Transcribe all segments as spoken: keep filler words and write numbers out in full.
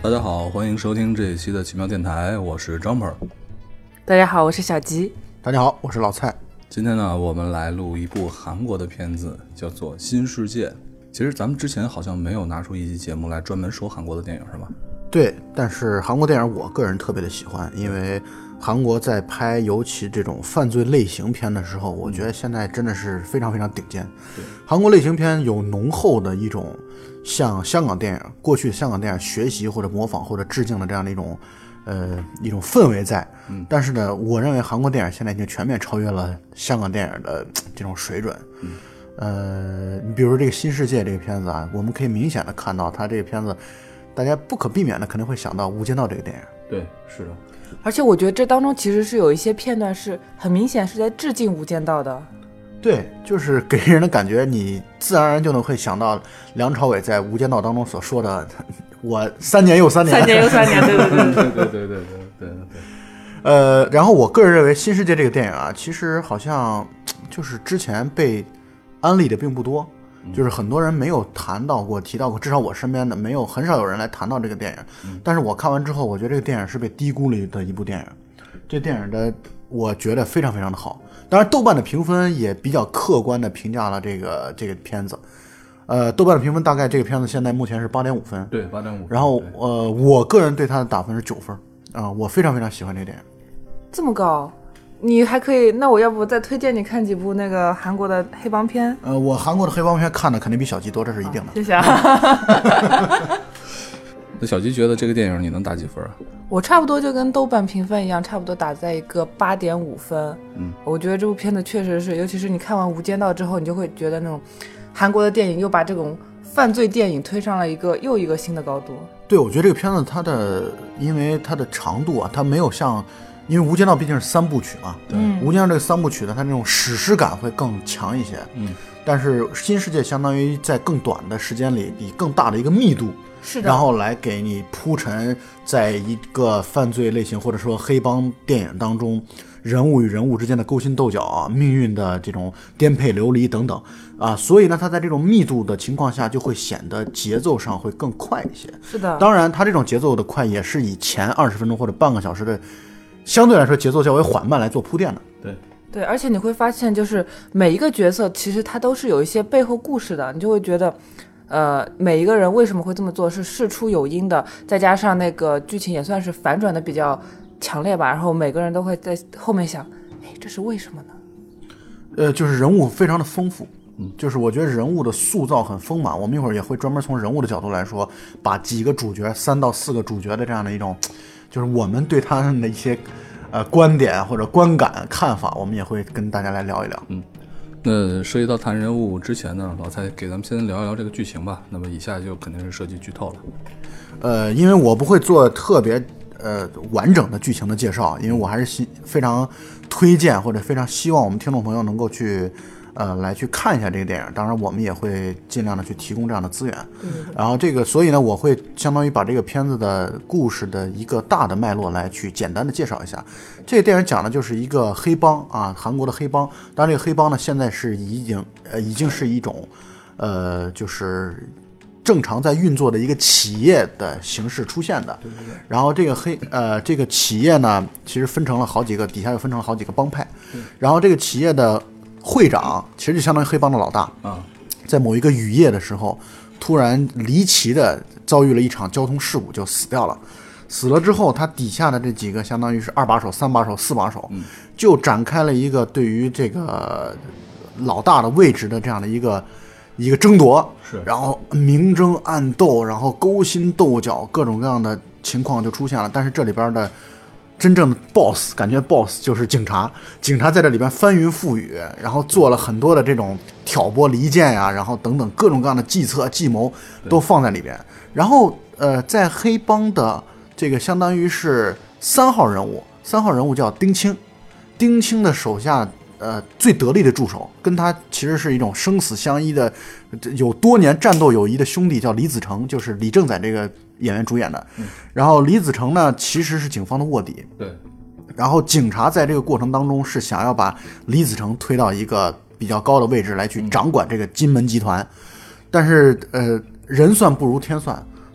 大家好，欢迎收听这一期的奇妙电台，我是张鹏。 大家好，我是小吉。 大家好，我是老蔡。 今天呢，我们来录一部韩国的片子，叫做《新世界》。其实咱们之前好像没有拿出一期节目来专门说韩国的电影，是吧？ 对，但是韩国电影我个人特别的喜欢，因为韩国在拍尤其这种犯罪类型片的时候，我觉得现在真的是非常非常顶尖。韩国类型片有浓厚的一种向香港电影过去香港电影学习或者模仿或者致敬的这样的一种呃一种氛围在，嗯，但是呢，我认为韩国电影现在已经全面超越了香港电影的这种水准。嗯，呃，你比如这个《新世界》这个片子啊，我们可以明显的看到，它这个片子大家不可避免的肯定会想到《无间道》这个电影。 对，是的。 而且我觉得这当中其实是有一些片段是很明显是在致敬《无间道》的。 对，就是给人的感觉，你自然而然就能会想到梁朝伟在《无间道》当中所说的“我三年又三年， 三年又三年”，对对对对对对对对对对。 呃，然后我个人认为，《新世界》这个电影啊，其实好像就是之前被安利的并不多，就是很多人没有谈到过、提到过，至少我身边的没有，很少有人来谈到这个电影。嗯、但是我看完之后，我觉得这个电影是被低估了的一部电影。这电影的我觉得非常非常的好。当然，豆瓣的评分也比较客观的评价了这个这个片子。呃，豆瓣的评分大概这个片子现在目前是八点五分， 对，八点五。 然后呃，我个人对它的打分是九分啊、呃，我非常非常喜欢这个电影。 这么高？你还可以？那我要不再推荐你看几部那个韩国的黑帮片？ 呃，我韩国的黑帮片看的肯定比小吉多，这是一定的。 谢谢。 那小吉觉得这个电影你能打几分啊？ 我差不多就跟豆瓣评分一样，差不多打在一个八点五分。嗯，我觉得这部片子确实是，尤其是你看完《无间道》之后，你就会觉得那种韩国的电影又把这种犯罪电影推上了一个又一个新的高度。 对，我觉得这个片子它的因为它的长度啊，它没有像，因为《无间道》毕竟是三部曲嘛，对，《无间道》这个三部曲的它那种史诗感会更强一些。嗯，但是《新世界》相当于在更短的时间里，以更大的一个密度。 是的， 然后来给你铺陈，在一个犯罪类型或者说黑帮电影当中，人物与人物之间的勾心斗角啊，命运的这种颠沛流离等等啊，所以呢，它在这种密度的情况下，就会显得节奏上会更快一些。 是的， 当然，它这种节奏的快也是以前二十分钟或者半个小时的相对来说节奏较为缓慢来做铺垫的。 对。 对，而且你会发现，就是每一个角色其实他都是有一些背后故事的，你就会觉得。呃，每一个人为什么会这么做是事出有因的，再加上那个剧情也算是反转的比较强烈吧，然后每个人都会在后面想，哎，这是为什么呢？ 呃，就是人物非常的丰富，嗯，就是我觉得人物的塑造很丰满。我们一会儿也会专门从人物的角度来说，把几个主角，三到四个主角的这样的一种，就是我们对他们的一些呃观点或者观感看法，我们也会跟大家来聊一聊，嗯。 那涉及到谈人物之前呢，老蔡给咱们先聊一聊这个剧情吧。那么以下就肯定是涉及剧透了。 呃，因为我不会做特别呃完整的剧情的介绍，因为我还是非常推荐或者非常希望我们听众朋友能够去呃来去看一下这个电影。当然，我们也会尽量的去提供这样的资源。嗯。然后这个，所以呢，我会相当于把这个片子的故事的一个大的脉络来去简单的介绍一下。这个电影讲的就是一个黑帮啊，韩国的黑帮。当然，这个黑帮呢，现在是已经呃已经是一种，呃，就是正常在运作的一个企业的形式出现的。对对对。然后这个黑呃这个企业呢，其实分成了好几个，底下又分成了好几个帮派。然后这个企业的会长其实就相当于黑帮的老大啊，在某一个雨夜的时候，突然离奇的遭遇了一场交通事故，就死掉了。死了之后，他底下的这几个相当于是二把手、三把手、四把手，嗯、就展开了一个对于这个老大的位置的这样的一个一个争夺，是，然后明争暗斗，然后勾心斗角，各种各样的情况就出现了。但是这里边的真正的 boss， 感觉 boss 就是警察，警察在这里边翻云覆雨，然后做了很多的这种挑拨离间呀，然后等等各种各样的计策计谋都放在里边。然后呃，在黑帮的这个相当于是三号人物，三号人物叫丁青，丁青的手下呃最得力的助手，跟他其实是一种生死相依的，有多年战斗友谊的兄弟，叫李子成，就是李正宰这个演员主演的。嗯、然后李子成呢，其实是警方的卧底。 对。 然后警察在这个过程当中是想要把李子成推到一个比较高的位置来去掌管这个金门集团，嗯、但是呃人算不如天算。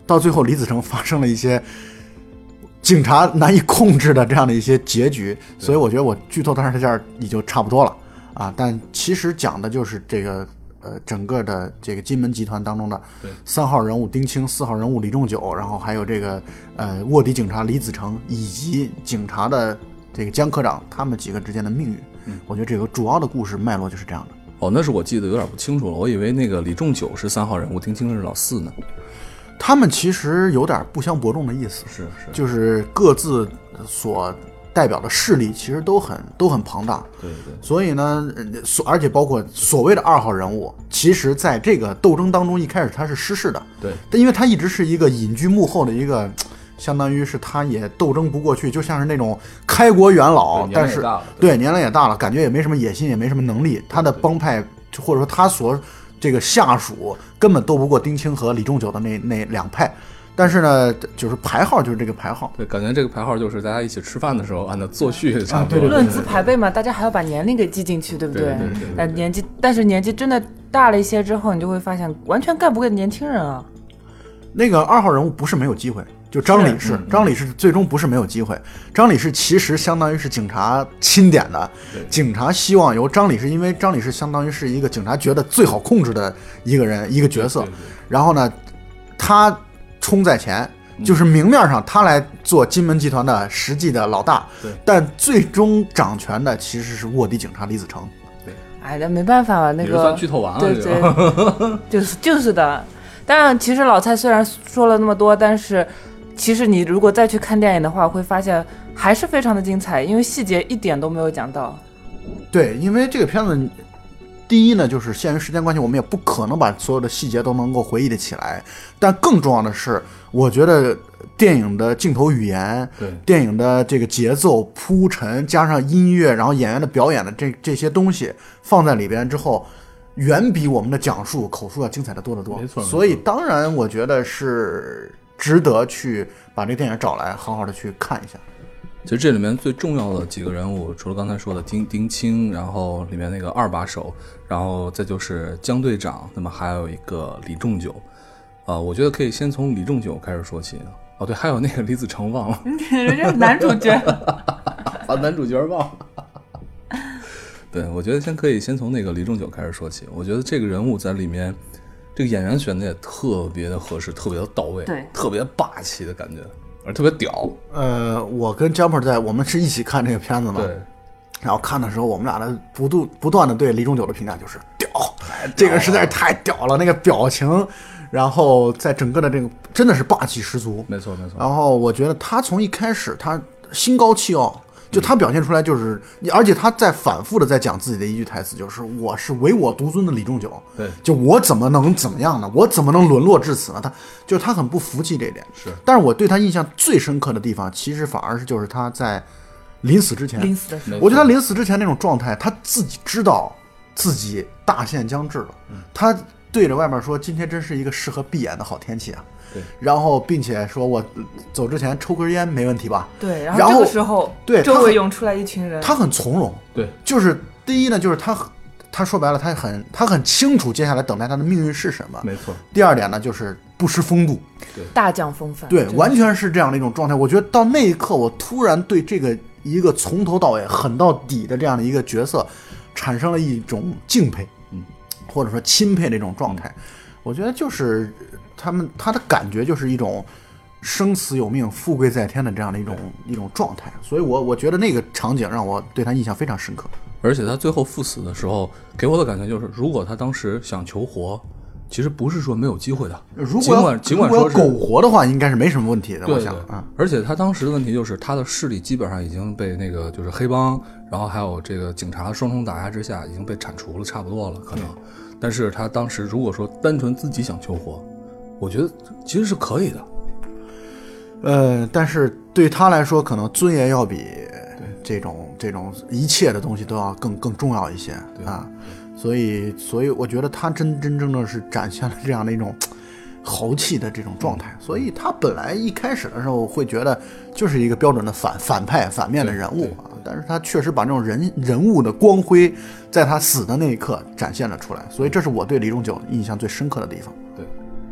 到最后李子成发生了一些警察难以控制的这样的一些结局，所以我觉得我剧透到这儿也就差不多了啊。但其实讲的就是这个呃整个的这个金门集团当中的三号人物丁清、四号人物李仲九，然后还有这个呃卧底警察李子成以及警察的这个江科长他们几个之间的命运。嗯，我觉得这个主要的故事脉络就是这样的。 哦，那是我记得有点不清楚了，我以为那个李仲九是三号人物，丁清是老四呢。 他们其实有点不相伯仲的意思， 是是， 就是各自所代表的势力其实都很都很庞大， 对对。 所以呢，所而且包括所谓的二号人物，其实在这个斗争当中，一开始他是失势的， 对， 但因为他一直是一个隐居幕后的一个，相当于是他也斗争不过去，就像是那种开国元老，但是对年龄也大了，感觉也没什么野心，也没什么能力，他的帮派或者说他所这个下属根本斗不过丁清和李仲九的那那两派，但是呢，就是排号就是这个排号， 对，感觉这个排号就是大家一起吃饭的时候按照作序差不多， 对对对， 论资排辈嘛，大家还要把年龄给记进去，对不对？ 对对对对。 但年纪，但是年纪真的大了一些之后，你就会发现完全干不过年轻人啊。 那个二号人物不是没有机会，就张理士，张理士最终不是没有机会。张理士其实相当于是警察钦点的，警察希望由张理士，因为张理士相当于是一个警察觉得最好控制的一个人一个角色， 对对对， 然后呢，他冲在前，就是明面上他来做金门集团的实际的老大，但最终掌权的其实是卧底警察李子成。 对，哎，那没办法了，那个算剧透完了， 对对，就是就是的。当然，其实老蔡虽然说了那么多，但是其实你如果再去看电影的话，会发现还是非常的精彩，因为细节一点都没有讲到。 对，因为这个片子，第一呢，就是限于时间关系，我们也不可能把所有的细节都能够回忆得起来。但更重要的是，我觉得电影的镜头语言， 对， 电影的这个节奏铺陈，加上音乐，然后演员的表演的这这些东西放在里边之后，远比我们的讲述口述要精彩的多得多。 没错， 所以当然我觉得是值得去把这个电影找来好好的去看一下。 其实这里面最重要的几个人物，除了刚才说的丁丁清，然后里面那个二把手，然后再就是江队长，那么还有一个李仲九，啊、呃，我觉得可以先从李仲九开始说起。哦，对，还有那个李子成忘了， 人家男主角， 把男主角忘了。对，我觉得先可以先从那个李仲九开始说起。我觉得这个人物在里面，这个演员选的也特别的合适，特别的到位， 对， 特别霸气的感觉。而特别屌， 呃，我跟 Jumper 在我们是一起看这个片子嘛， 对， 然后看的时候，我们俩的不断不断的对李仲九的评价就是屌，这个实在是太屌了，那个表情，然后在整个的这个真的是霸气十足， 没错没错。 然后我觉得他从一开始他心高气傲，就他表现出来就是，嗯、而且他在反复的在讲自己的一句台词，就是我是唯我独尊的李仲九， 对， 就我怎么能怎么样呢？我怎么能沦落至此呢？他就是他很不服气这一点。 是， 但是我对他印象最深刻的地方，其实反而是就是他在临死之前， 临死的时候， 我觉得他临死之前那种状态，他自己知道自己大限将至了，嗯、他对着外面说：“今天真是一个适合闭眼的好天气啊。” 对， 然后并且说我走之前抽根烟没问题吧？ 对， 然后这个时候， 对， 周围涌出来一群人， 他很从容。 对， 就是第一呢，就是他他说白了，他很他很清楚接下来等待他的命运是什么。 没错。 第二点呢，就是不失风度， 对， 大将风范， 对，完全是这样的一种状态。我觉得到那一刻，我突然对这个一个从头到尾狠到底的这样的一个角色，产生了一种敬佩， 嗯， 或者说钦佩这种状态。嗯、我觉得就是他们他的感觉就是一种生死有命、富贵在天的这样的一种一种状态。所以我我觉得那个场景让我对他印象非常深刻。 而且他最后赴死的时候，给我的感觉就是，如果他当时想求活，其实不是说没有机会的。 如果尽管尽管说是苟活的话，应该是没什么问题的。 对对， 我想啊、 嗯。而且他当时的问题就是，他的势力基本上已经被那个就是黑帮，然后还有这个警察双重打压之下，已经被铲除了差不多了，可能。但是他当时如果说单纯自己想求活，我觉得其实是可以的。 呃，但是对他来说，可能尊严要比这种这种一切的东西都要更更重要一些啊。所以，所以我觉得他真真正正是展现了这样的一种豪气的这种状态。所以他本来一开始的时候会觉得就是一个标准的反反派反面的人物啊，但是他确实把这种人人物的光辉在他死的那一刻展现了出来。所以这是我对李仲九印象最深刻的地方。 对。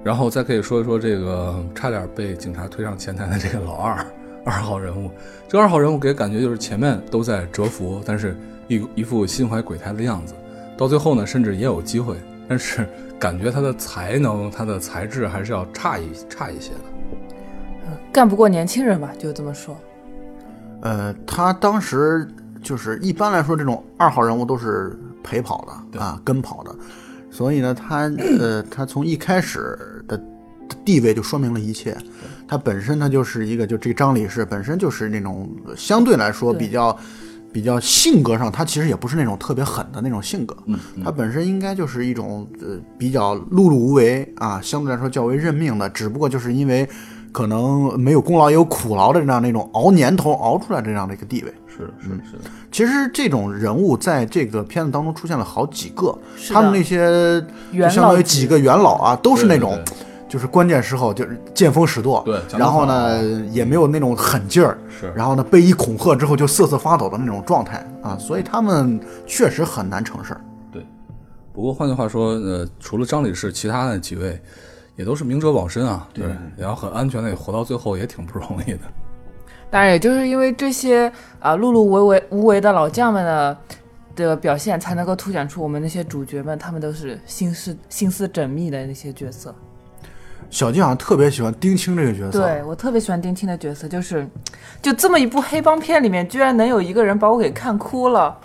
然后再可以说一说这个差点被警察推上前台的这个老二二号人物。这个二号人物给感觉就是前面都在蛰伏，但是一一副心怀鬼胎的样子，到最后呢甚至也有机会，但是感觉他的才能他的才智还是要差一差一些的， 干不过年轻人吧，就这么说。 呃，他当时就是一般来说这种二号人物都是陪跑的啊，跟跑的，所以呢他呃他从一开始的地位就说明了一切。他本身他就是一个，就这个张理士本身就是那种相对来说比较比较性格上，他其实也不是那种特别狠的那种性格， 嗯嗯、 他本身应该就是一种呃比较碌碌无为啊，相对来说较为认命的，只不过就是因为可能没有功劳也有苦劳的这样那种熬年头熬出来这样的一个地位。 是的，是的，是的。 其实这种人物在这个片子当中出现了好几个，他们那些就相当于几个元老啊，都是那种。对对对，就是关键时候就是见风使舵， 对， 然后呢也没有那种狠劲儿， 是， 然后呢被一恐吓之后就瑟瑟发抖的那种状态啊，所以他们确实很难成事。 对，不过换句话说，呃，除了张理士，其他的几位也都是明哲保身啊，对，也要很安全的活到最后，也挺不容易的。 当然，也就是因为这些啊碌碌无为无为的老将们的的表现，才能够凸显出我们那些主角们，他们都是心思心思缜密的那些角色。 小金好像特别喜欢丁青这个角色， 对，我特别喜欢丁青的角色，就是就这么一部黑帮片里面，居然能有一个人把我给看哭了。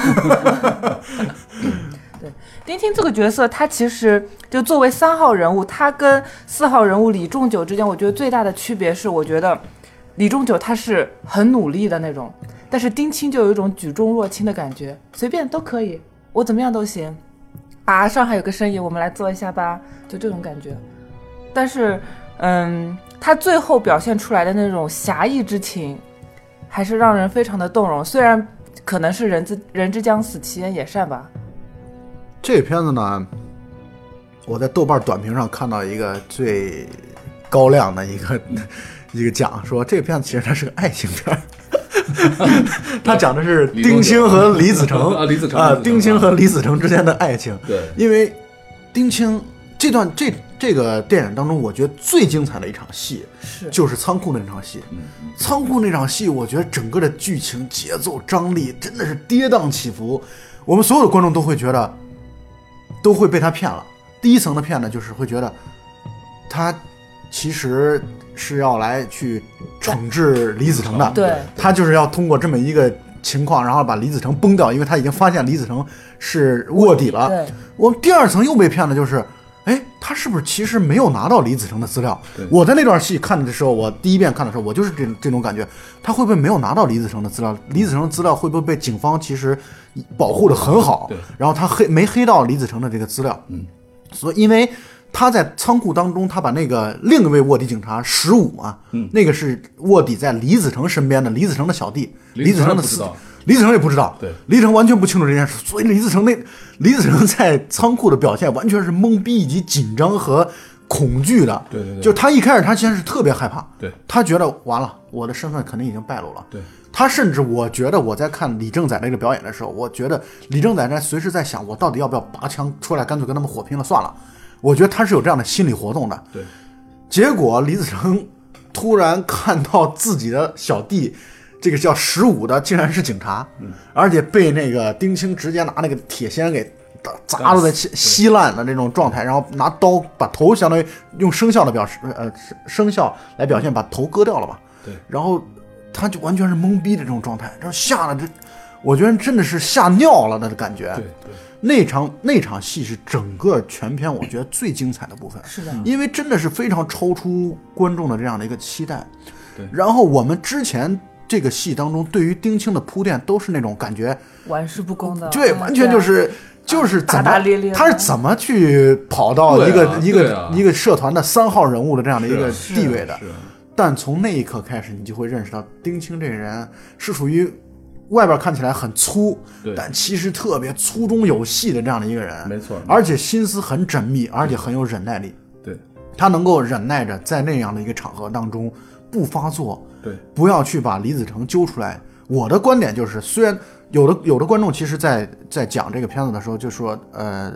对，丁青这个角色，他其实就作为三号人物，他跟四号人物李仲九之间，我觉得最大的区别是，我觉得李仲九他是很努力的那种，但是丁青就有一种举重若轻的感觉，随便都可以，我怎么样都行啊！上海有个生意，我们来做一下吧，就这种感觉。但是，嗯，他最后表现出来的那种侠义之情，还是让人非常的动容。虽然可能是人之人之将死，其言也善吧。 这个片子呢，我在豆瓣短评上看到一个最高亮的一个一个讲，说这个片子其实它是个爱情片。他讲的是丁青和李子成啊，李子成啊，丁青和李子成之间的爱情。 对， 因为丁青这段这这个电影当中，我觉得最精彩的一场戏是就是仓库那场戏。仓库那场戏，我觉得整个的剧情节奏张力真的是跌宕起伏，我们所有的观众都会觉得都会被他骗了。第一层的骗呢，就是会觉得他其实是要来去惩治李子成的， 对， 他就是要通过这么一个情况，然后把李子成崩掉，因为他已经发现李子成是卧底了。 对， 我们第二层又被骗的就是，哎，他是不是其实没有拿到李子成的资料？我在那段戏看的时候，我第一遍看的时候，我就是这这种感觉，他会不会没有拿到李子成的资料？李子成的资料会不会被警方其实保护的很好？ 对， 然后他黑没黑到李子成的这个资料？ 嗯， 所以因为他在仓库当中，他把那个另一位卧底警察十五啊， 嗯， 那个是卧底在李子成身边的，李子成的小弟，李子成的司， 李子成也不知道， 对， 李子成完全不清楚这件事，所以李子成那李子成在仓库的表现完全是懵逼以及紧张和恐惧的， 对对对， 就他一开始他先是特别害怕， 对， 他觉得完了，我的身份肯定已经败露了， 对， 他甚至我觉得我在看李正宰这个表演的时候，我觉得李正宰在随时在想，我到底要不要拔枪出来，干脆跟他们火拼了算了。我觉得他是有这样的心理活动的， 对。 结果李子成突然看到自己的小弟，这个叫十五的，竟然是警察， 嗯， 而且被那个丁青直接拿那个铁锨给砸到在稀烂的这种状态，然后拿刀把头相当于用生肖的表示，呃，生肖来表现，把头割掉了吧？ 对。 然后他就完全是懵逼的这种状态，然后吓得这，我觉得真的是吓尿了的感觉。 对对。 那场那场戏是整个全片我觉得最精彩的部分， 是的， 因为真的是非常超出观众的这样的一个期待。 对， 然后我们之前这个戏当中对于丁青的铺垫都是那种感觉玩世不恭的， 对，完全就是就是怎么大大咧咧， 他是怎么去跑到一个、 啊、 一个、 啊、 一个社团的三号人物的这样的一个地位的， 是是但从那一刻开始，你就会认识到丁青这个人是属于外边看起来很粗，但其实特别粗中有细的这样的一个人， 没错， 而且心思很缜密，而且很有忍耐力。 对， 他能够忍耐着在那样的一个场合当中不发作， 对， 不要去把李子成揪出来。我的观点就是，虽然有的有的观众其实在在讲这个片子的时候就说，呃，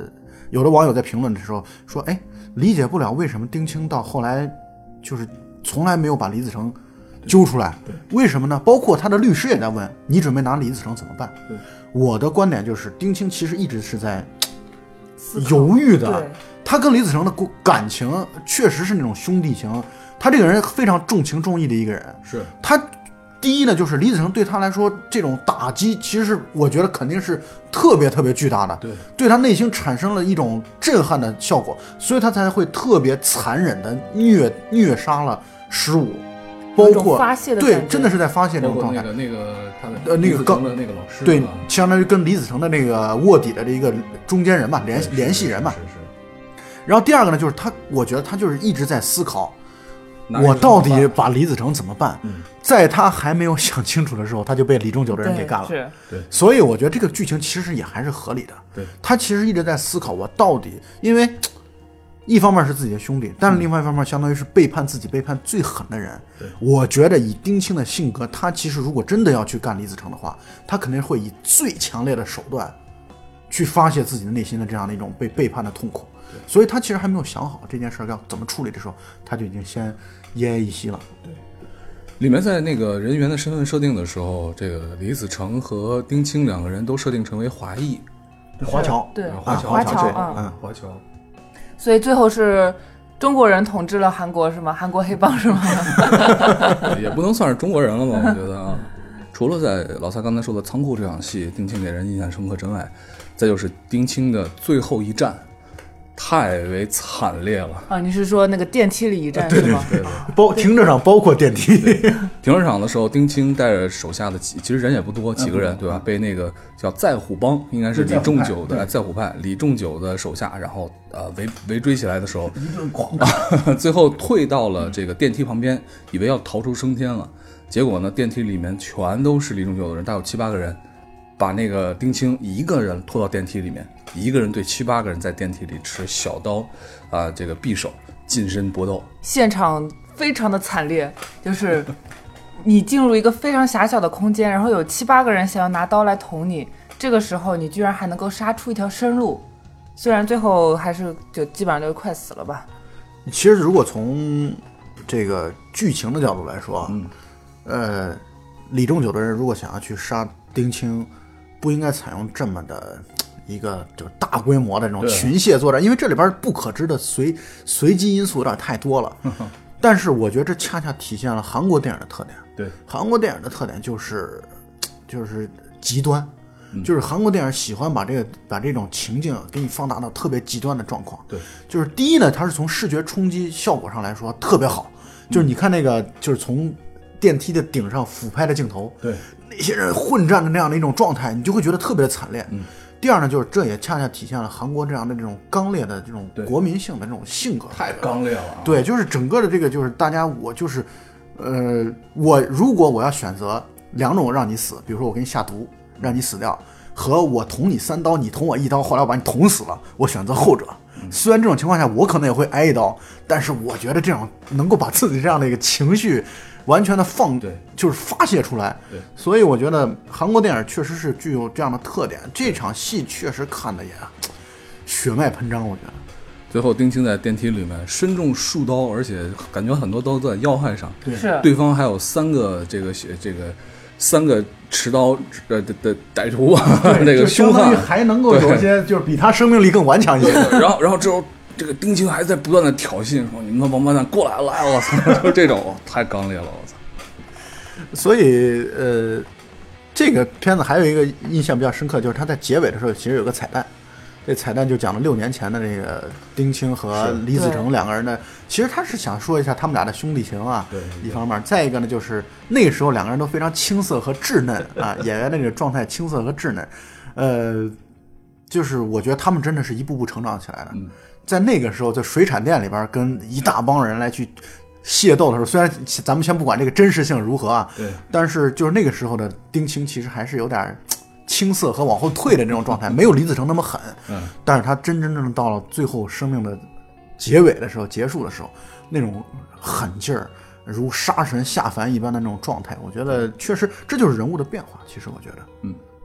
有的网友在评论的时候说，哎，理解不了为什么丁青到后来就是从来没有把李子成揪出来，为什么呢？包括他的律师也在问，你准备拿李子成怎么办？我的观点就是，丁青其实一直是在犹豫的。他跟李子成的感情确实是那种兄弟情，他这个人非常重情重义的一个人。 是他第一呢，就是李子成对他来说这种打击，其实是我觉得肯定是特别特别巨大的， 对， 对他内心产生了一种震撼的效果，所以他才会特别残忍的虐虐杀了十五。包括发泄的对，真的是在发泄这种状态。 那个那个他的呃那个刚的那个老师， 对，相当于跟李子成的那个卧底的这一个中间人嘛，联联系人嘛。 是是。 然后第二个呢，就是他，我觉得他就是一直在思考，我到底把李子成怎么办？ 嗯， 在他还没有想清楚的时候，他就被李仲九的人给干了。 是， 对。 所以我觉得这个剧情其实也还是合理的。 对， 他其实一直在思考，我到底因为。一方面是自己的兄弟，但是另外一方面相当于是背叛自己、背叛最狠的人。我觉得以丁青的性格，他其实如果真的要去干李子成的话，他肯定会以最强烈的手段去发泄自己的内心的这样的一种被背叛的痛苦。所以他其实还没有想好这件事要怎么处理的时候，他就已经先奄奄一息了。 对，里面在那个人员的身份设定的时候，这个李子成和丁青两个人都设定成为华裔， 华侨， 对， 华侨，华侨， 嗯， 华侨。 所以最后是中国人统治了韩国是吗？韩国黑帮是吗？ 也不能算是中国人了吧，我觉得啊。除了在老蔡刚才说的仓库这场戏，丁青给人印象深刻之外，再就是丁青的最后一战，太为惨烈了啊！你是说那个电梯里一战是吗？ 对对对， 包停车场包括电梯。 停车场的时候，丁青带着手下的几，其实人也不多，几个人对吧？被那个叫在虎帮，应该是李仲九的在虎派，李仲九的手下，然后呃围围追起来的时候， 一顿狂打，最后退到了这个电梯旁边，以为要逃出升天了。结果呢，电梯里面全都是李仲九的人，大概有七八个人，把那个丁青一个人拖到电梯里面，一个人对七八个人在电梯里持小刀啊、呃，这个匕首近身搏斗， 现场非常的惨烈，就是你进入一个非常狭小的空间，然后有七八个人想要拿刀来捅你，这个时候你居然还能够杀出一条生路，虽然最后还是就基本上就快死了吧。 其实如果从这个剧情的角度来说， 嗯。 呃，李仲九的人如果想要去杀丁青，不应该采用这么的一个就是大规模的这种群械作战，因为这里边不可知的随随机因素有点太多了。但是我觉得这恰恰体现了韩国电影的特点。 对， 韩国电影的特点就是就是极端， 嗯、 就是韩国电影喜欢把这个把这种情境给你放大到特别极端的状况。 对， 就是第一呢，它是从视觉冲击效果上来说特别好，就是你看那个就是从电梯的顶上俯拍的镜头， 对那些人混战的那样的一种状态，你就会觉得特别惨烈。 嗯， 第二呢，就是这也恰恰体现了韩国这样的这种刚烈的这种国民性的这种性格， 太刚烈了、啊。 对，就是整个的这个就是大家，我就是，呃，我如果我要选择两种让你死，比如说我给你下毒让你死掉，和我捅你三刀，你捅我一刀，后来我把你捅死了，我选择后者。虽然这种情况下我可能也会挨一刀，但是我觉得这样能够把自己这样的一个情绪完全的放， 对， 就是发泄出来。 对， 所以我觉得韩国电影确实是具有这样的特点。这场戏确实看的也血脉喷张，我觉得。 最后，丁青在电梯里面身中数刀，而且感觉很多刀在要害上。 对， 是对方还有三个这个这个三个持刀呃的的歹徒啊，那个凶悍， 还能够有些就是比他生命力更顽强一些。 然后，然后之后。这个丁青还在不断的挑衅说：“你们王八蛋过来来，我操！”就这种太刚烈了，我操！ 所以呃，这个片子还有一个印象比较深刻，就是他在结尾的时候其实有个彩蛋，这彩蛋就讲了六年前的这个丁青和李子成两个人的，其实他是想说一下他们俩的兄弟情啊， 对， 一方面，再一个呢就是那个时候两个人都非常青涩和稚嫩啊，演员的这个状态青涩和稚嫩，呃，就是我觉得他们真的是一步步成长起来的。 嗯， 在那个时候，在水产店里边跟一大帮人来去械斗的时候，虽然咱们先不管这个真实性如何啊， 对， 但是就是那个时候的丁青其实还是有点青涩和往后退的这种状态，没有李子成那么狠。 嗯， 但是他真真正正到了最后生命的结尾的时候，结束的时候，那种狠劲儿，如杀神下凡一般的那种状态，我觉得确实这就是人物的变化。其实我觉得， 嗯。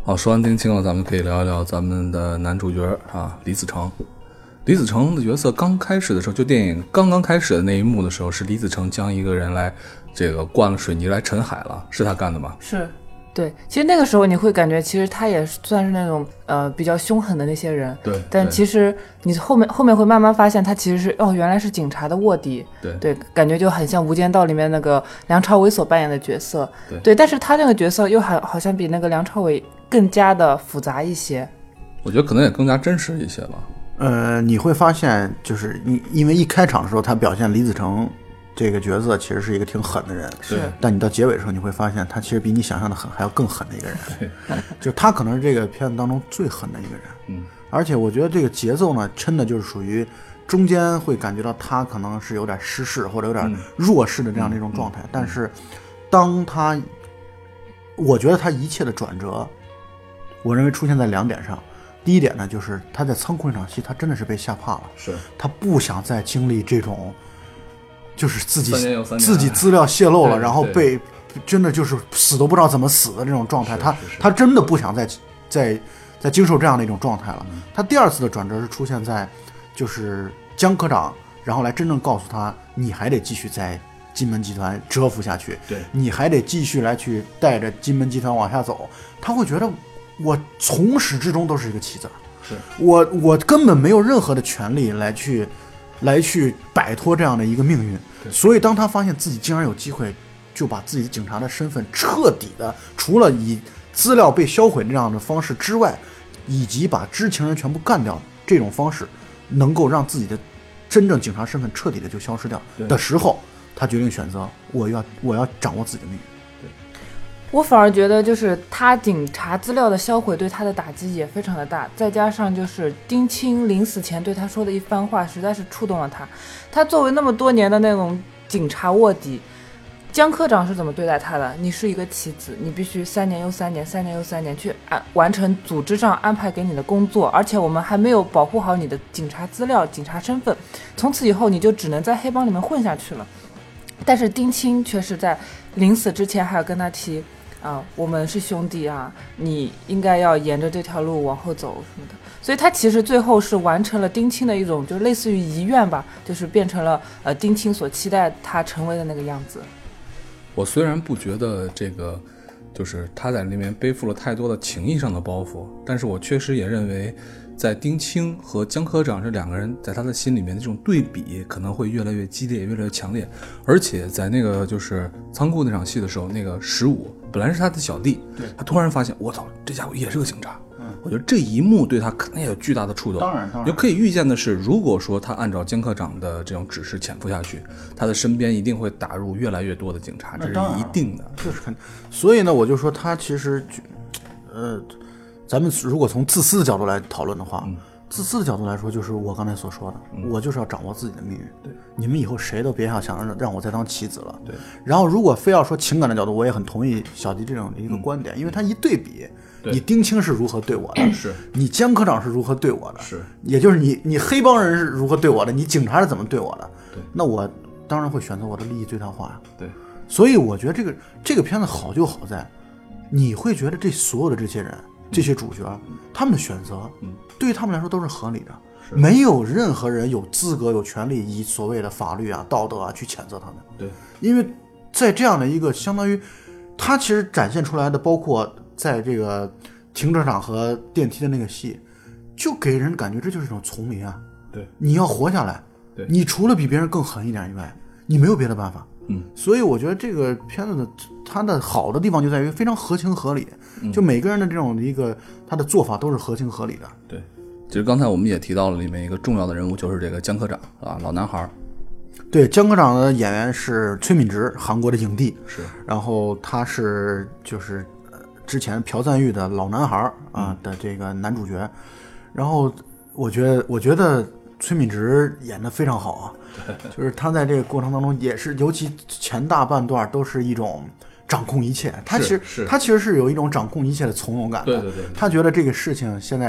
好，说完丁青了，咱们可以聊一聊咱们的男主角啊，李子成。李子成的角色刚开始的时候，就电影刚刚开始的那一幕的时候，是李子成将一个人来这个灌了水泥来沉海了，是他干的吗？ 是。对，其实那个时候你会感觉，其实他也算是那种呃比较凶狠的那些人。 对。 但其实你后面后面会慢慢发现，他其实是哦，原来是警察的卧底。 对。 对，感觉就很像《无间道》里面那个梁朝伟所扮演的角色。 对。 对，但是他那个角色又好好像比那个梁朝伟更加的复杂一些。 我觉得可能也更加真实一些吧。 呃，你会发现，就是因因为一开场的时候，他表现李子成这个角色其实是一个挺狠的人， 是。 但你到结尾的时候，你会发现他其实比你想象的狠，还要更狠的一个人。就他可能是这个片子当中最狠的一个人。 嗯。 而且我觉得这个节奏呢，真的就是属于中间会感觉到他可能是有点失势或者有点弱势的这样的一种状态。嗯嗯、但是，当他，我觉得他一切的转折，我认为出现在两点上。第一点呢，就是他在仓库那场戏，他真的是被吓怕了， 是他不想再经历这种，就是自己自己资料泄露了，然后被真的就是死都不知道怎么死的这种状态，他他真的不想再再再经受这样的一种状态了。嗯、他第二次的转折是出现在，就是江科长，然后来真正告诉他，你还得继续在金门集团蛰伏下去， 对， 你还得继续来去带着金门集团往下走，他会觉得。我从始至终都是一个棋子， 是我我根本没有任何的权利来去来去摆脱这样的一个命运。所以当他发现自己竟然有机会，就把自己的警察的身份彻底的，除了以资料被销毁这样的方式之外，以及把知情人全部干掉这种方式，能够让自己的真正警察身份彻底的就消失掉的时候，他决定选择我要我要掌握自己的命运。 我反而觉得，就是他警察资料的销毁对他的打击也非常的大，再加上就是丁青临死前对他说的一番话，实在是触动了他。他作为那么多年的那种警察卧底，江科长是怎么对待他的？你是一个棋子，你必须三年又三年，三年又三年去安完成组织上安排给你的工作，而且我们还没有保护好你的警察资料、警察身份，从此以后你就只能在黑帮里面混下去了。但是丁青却是在临死之前还要跟他提。啊，我们是兄弟啊，你应该要沿着这条路往后走什么的。所以他其实最后是完成了丁青的一种，就类似于遗愿吧，就是变成了呃丁青所期待他成为的那个样子。 我虽然不觉得这个就是他在里面背负了太多的情义上的包袱，但是我确实也认为，在丁青和江科长这两个人在他的心里面的这种对比可能会越来越激烈，越来越强烈。而且在那个就是仓库那场戏的时候，那个十五本来是他的小弟， 对， 他突然发现我操，这家伙也是个警察。嗯，我觉得这一幕对他肯定也有巨大的触动。 当然，当然， 就可以预见的是，如果说他按照江科长的这种指示潜伏下去，他的身边一定会打入越来越多的警察，这是一定的。 这是肯定。所以呢，我就说他其实，呃，咱们如果从自私的角度来讨论的话。嗯，自私的角度来说，就是我刚才所说的，嗯、我就是要掌握自己的命运。 对， 你们以后谁都别想想让让我再当棋子了。 对。 然后，如果非要说情感的角度，我也很同意小迪这种一个观点，嗯、因为他一对比，你丁青是如何对我的， 是你江科长是如何对我的， 是， 也就是你你黑帮人是如何对我的，你警察是怎么对我的， 对， 那我当然会选择我的利益最大化呀。 对。 所以我觉得这个这个片子好就好在，你会觉得这所有的这些人。这些主角，嗯、他们的选择，嗯、对于他们来说都是合理的，没有任何人有资格、有权利以所谓的法律啊、道德啊去谴责他们。 对， 因为在这样的一个相当于，他其实展现出来的，包括在这个停车场和电梯的那个戏，就给人感觉这就是一种丛林啊。 对， 你要活下来， 对， 你除了比别人更狠一点以外，你没有别的办法。 嗯， 所以我觉得这个片子的它的好的地方就在于非常合情合理，嗯、就每个人的这种一个他的做法都是合情合理的。 对，其实刚才我们也提到了里面一个重要的人物，就是这个江科长啊，老男孩。 对，江科长的演员是崔敏植，韩国的影帝， 是。 然后他是就是之前朴赞郁的老男孩啊的这个男主角，然后我觉得我觉得崔敏植演得非常好啊。就是他在这个过程当中也是，尤其前大半段都是一种掌控一切，他其实他其实是有一种掌控一切的从容感的。 对对对， 他觉得这个事情现在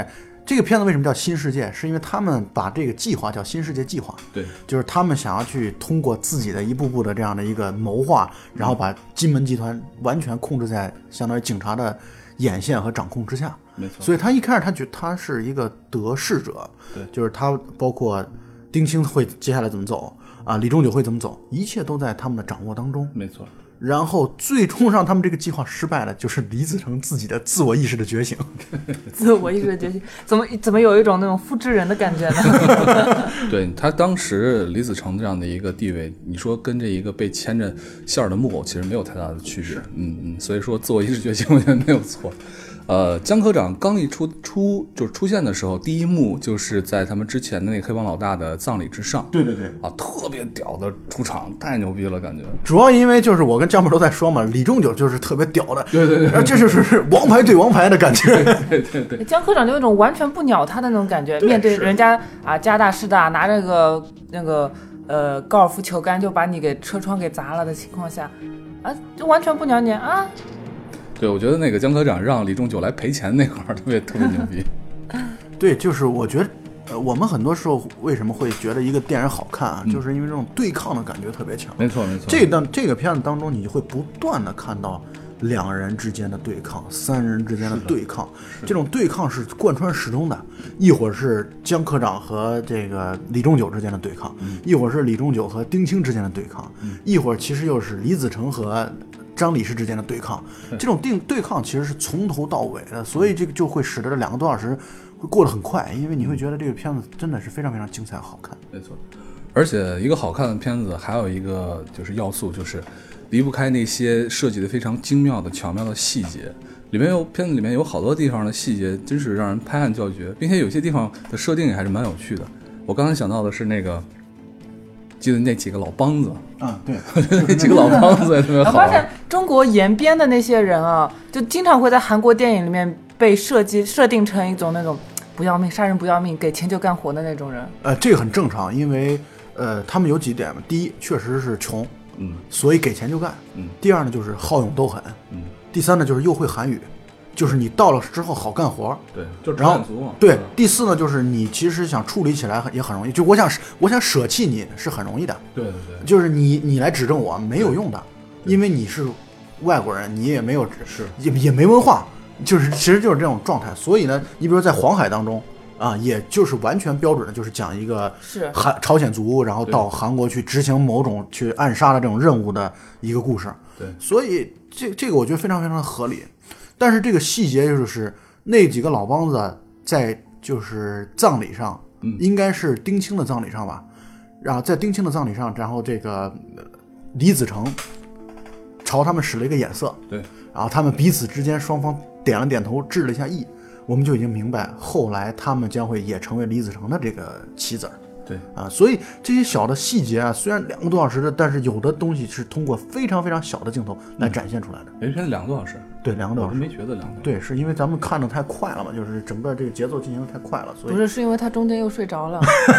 这个片子为什么叫新世界？是因为他们把这个计划叫新世界计划， 对， 就是他们想要去通过自己的一步步的这样的一个谋划，然后把金门集团完全控制在相当于警察的眼线和掌控之下。 没错。 所以他一开始他觉得他是一个得势者， 对， 就是他包括丁青会接下来怎么走啊，李仲九会怎么走，一切都在他们的掌握当中。 没错。 然后最终让他们这个计划失败的，就是李子成自己的自我意识的觉醒。 自我意识的觉醒，怎么怎么有一种那种复制人的感觉呢？ 对，他当时李子成这样的一个地位，你说跟这一个被牵着线的木偶其实没有太大的区别。嗯嗯，所以说自我意识觉醒，我觉得没有错。呃，江科长刚一出出就是出现的时候，第一幕就是在他们之前的那个黑帮老大的葬礼之上。 对对对， 啊，特别屌的出场，太牛逼了，感觉。 主要因为就是我跟姜本都在说嘛，李仲九就是特别屌的， 对对对， 然后这就是王牌对王牌的感觉。 对对对， 江科长就有一种完全不鸟他的那种感觉，面对人家啊家大势大，拿着个那个呃高尔夫球杆就把你给车窗给砸了的情况下，啊，就完全不鸟你啊。 对，我觉得那个江科长让李仲九来赔钱那块儿特别特别牛逼。 对，就是我觉得，呃，我们很多时候为什么会觉得一个电影好看啊， 嗯、 就是因为这种对抗的感觉特别强。 没错没错。 这个这个片子当中，你会不断的看到两人之间的对抗，三人之间的对抗，这种对抗是贯穿始终的。一会儿是江科长和这个李仲九之间的对抗， 嗯、 一会儿是李仲九和丁青之间的对抗， 嗯、 一会儿其实又是李子成和张理事之间的对抗。这种定对抗其实是从头到尾的，所以这个就会使得这两个多小时会过得很快，因为你会觉得这个片子真的是非常非常精彩好看。 没错，而且一个好看的片子还有一个就是要素，就是离不开那些设计的非常精妙的巧妙的细节。里面有片子里面有好多地方的细节真是让人拍案叫绝，并且有些地方的设定也还是蛮有趣的。我刚才想到的是那个记得那几个老帮子啊，对， 那几个老帮子也特别好。 我发现中国延边的那些人啊，就经常会在韩国电影里面被设计设定成一种那种不要命、杀人不要命、给钱就干活的那种人。 呃，这个很正常，因为呃，他们有几点嘛。第一，确实是穷， 嗯， 所以给钱就干。 嗯。 第二呢，就是好勇斗狠。 嗯。 第三呢，就是又会韩语，就是你到了之后好干活。 对，就然后足嘛。 对，第四呢，就是你其实想处理起来也很容易，就我想我想舍弃你是很容易的。 对对对。 就是你你来指正我没有用的，因为你是外国人，你也没有是也也没文化，就是其实就是这种状态。所以呢，你比如说在黄海当中啊，也就是完全标准的，就是讲一个是韩朝鲜族，然后到韩国去执行某种去暗杀的这种任务的一个故事。 对， 所以这这个我觉得非常非常的合理。但是这个细节就是那几个老帮子在就是葬礼上， 嗯， 应该是丁青的葬礼上吧，然后在丁青的葬礼上，然后这个李子成朝他们使了一个眼色， 对， 然后他们彼此之间双方点了点头，致了一下意，我们就已经明白后来他们将会也成为李子成的这个棋子儿。 对啊，所以这些小的细节啊，虽然两个多小时的，但是有的东西是通过非常非常小的镜头来展现出来的。 原片两个多小时， 对，两个多小时， 我没觉得两个。 对，是因为咱们看的太快了嘛，就是整个这个节奏进行的太快了，所以不是，是因为他中间又睡着了。